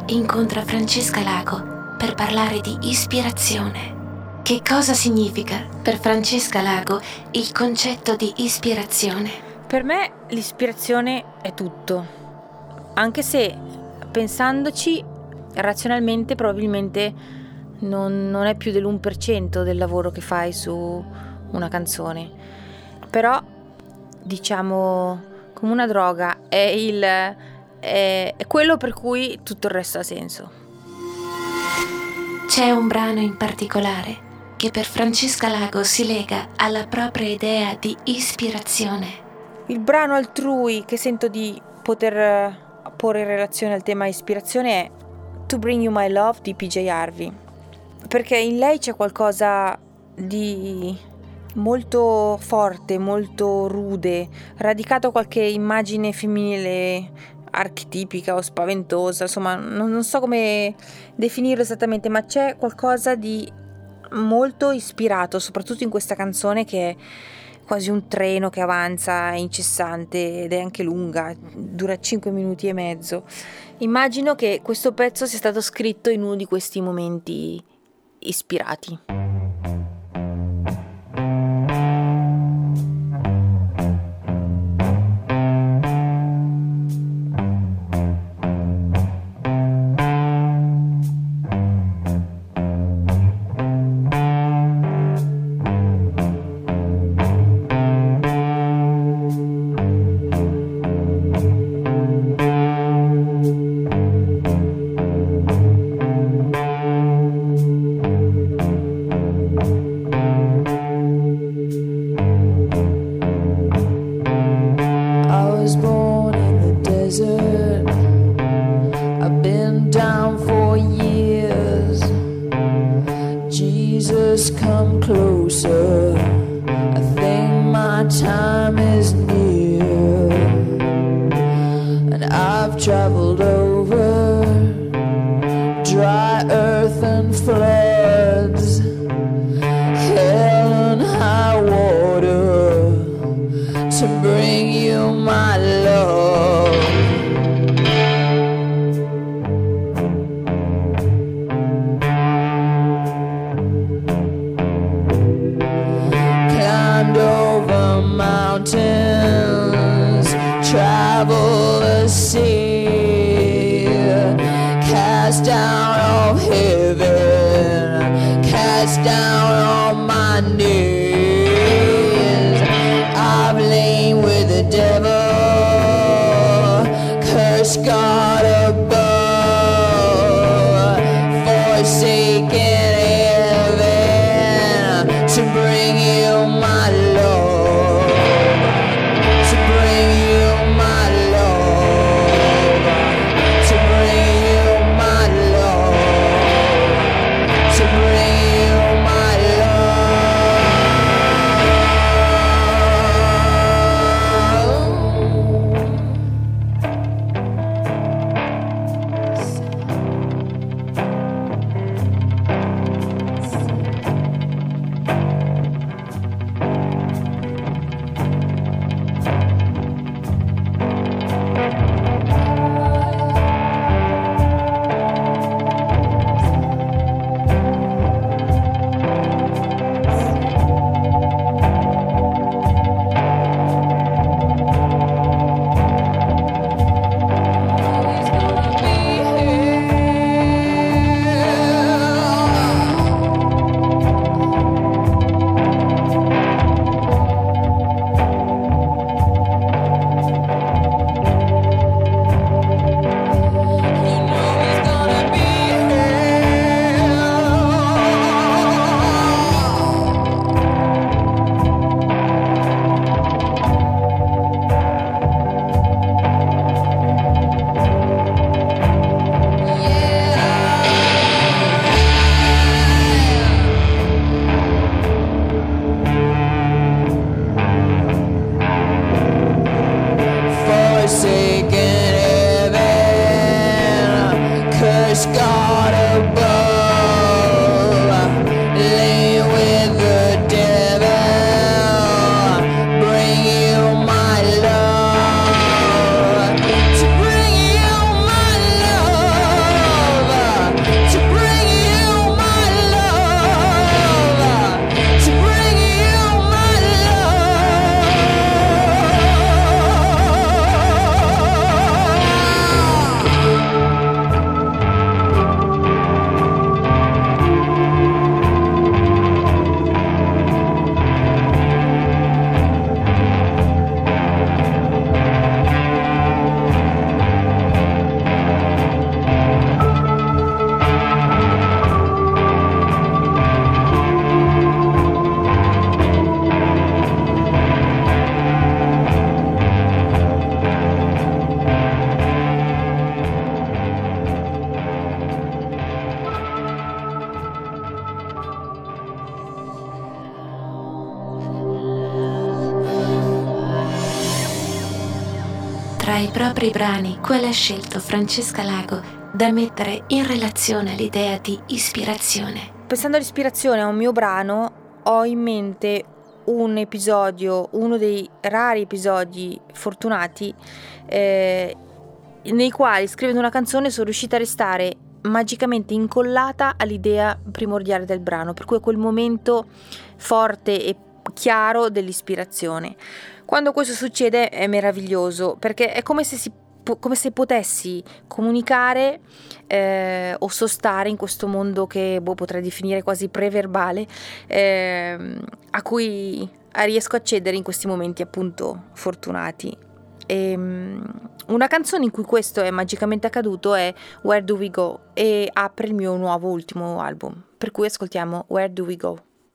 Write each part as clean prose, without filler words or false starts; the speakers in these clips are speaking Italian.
incontra Francesca Lago per parlare di ispirazione. Che cosa significa per Francesca Lago il concetto di ispirazione? Per me l'ispirazione è tutto, anche se pensandoci razionalmente probabilmente non è più dell'1% del lavoro che fai su una canzone, però diciamo come una droga è quello per cui tutto il resto ha senso. C'è un brano in particolare che per Francesca Lago si lega alla propria idea di ispirazione. Il brano altrui che sento di poter porre in relazione al tema ispirazione è To Bring You My Love di PJ Harvey, perché in lei c'è qualcosa di molto forte, molto rude, radicato a qualche immagine femminile archetipica o spaventosa, insomma non so come definirlo esattamente, ma c'è qualcosa di molto ispirato, soprattutto in questa canzone che è quasi un treno che avanza, è incessante ed è anche lunga, dura 5 minuti e mezzo. Immagino che questo pezzo sia stato scritto in uno di questi momenti ispirati. Come closer, I think my time is near, and I've traveled over dry earth and floods, hell and high water, to bring you my love. Mountains, travel the sea, cast down all heaven, cast down all my knees. I've lain with the devil, cursed God above, forsaken heaven, to bring you my love. tra i propri brani quale ha scelto Francesca Lago da mettere in relazione l'idea di ispirazione. Pensando all'ispirazione a un mio brano, ho in mente un episodio, uno dei rari episodi fortunati nei quali scrivendo una canzone sono riuscita a restare magicamente incollata all'idea primordiale del brano, per cui è quel momento forte e chiaro dell'ispirazione. Quando questo succede è meraviglioso, perché è come se potessi comunicare o sostare in questo mondo che potrei definire quasi preverbale, a cui riesco a accedere in questi momenti appunto fortunati. Una canzone in cui questo è magicamente accaduto è Where Do We Go, e apre il mio nuovo ultimo album, per cui ascoltiamo Where Do We Go.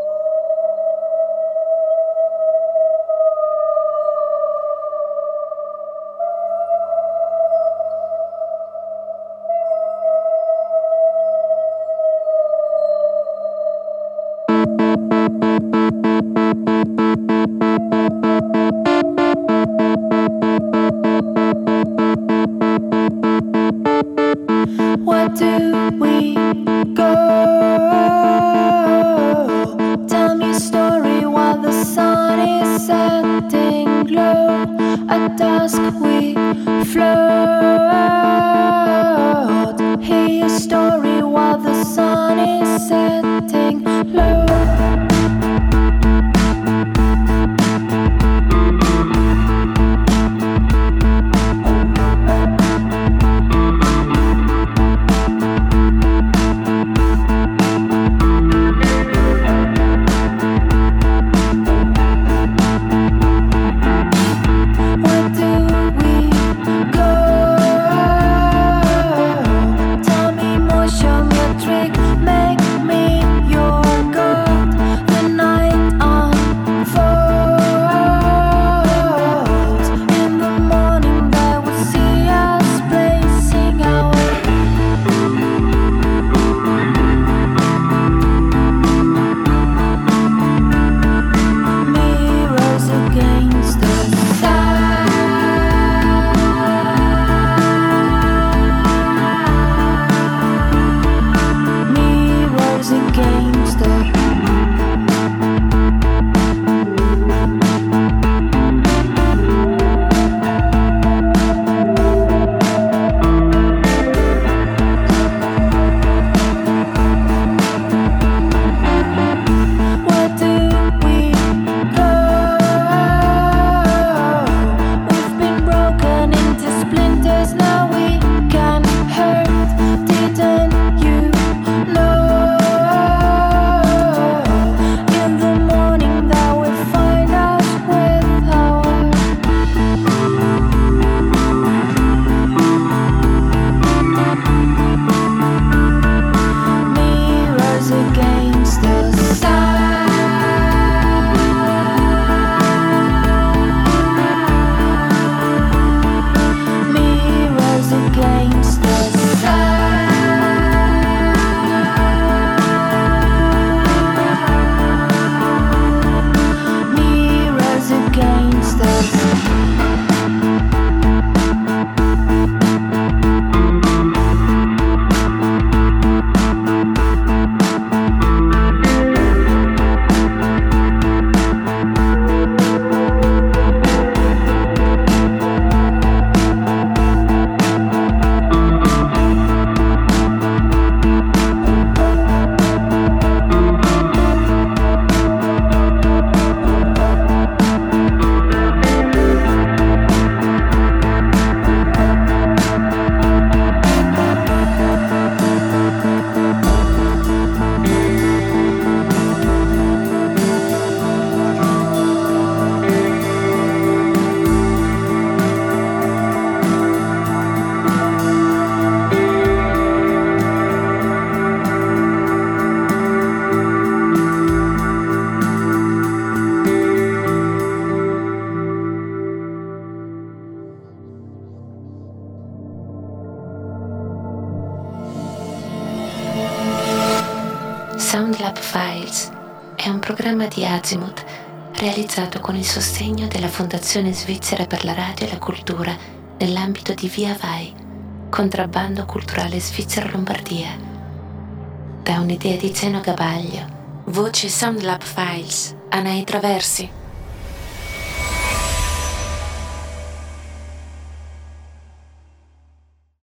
Where do we go? Tell me a story while the sun is setting low. At dusk we float. Hear a story while the sun is setting low. Soundlab Files è un programma di Azimuth realizzato con il sostegno della Fondazione Svizzera per la Radio e la Cultura nell'ambito di Via Vai, contrabbando culturale Svizzera Lombardia. Da un'idea di Zeno Gabaglio, voce Soundlab Files, Anai Traversi.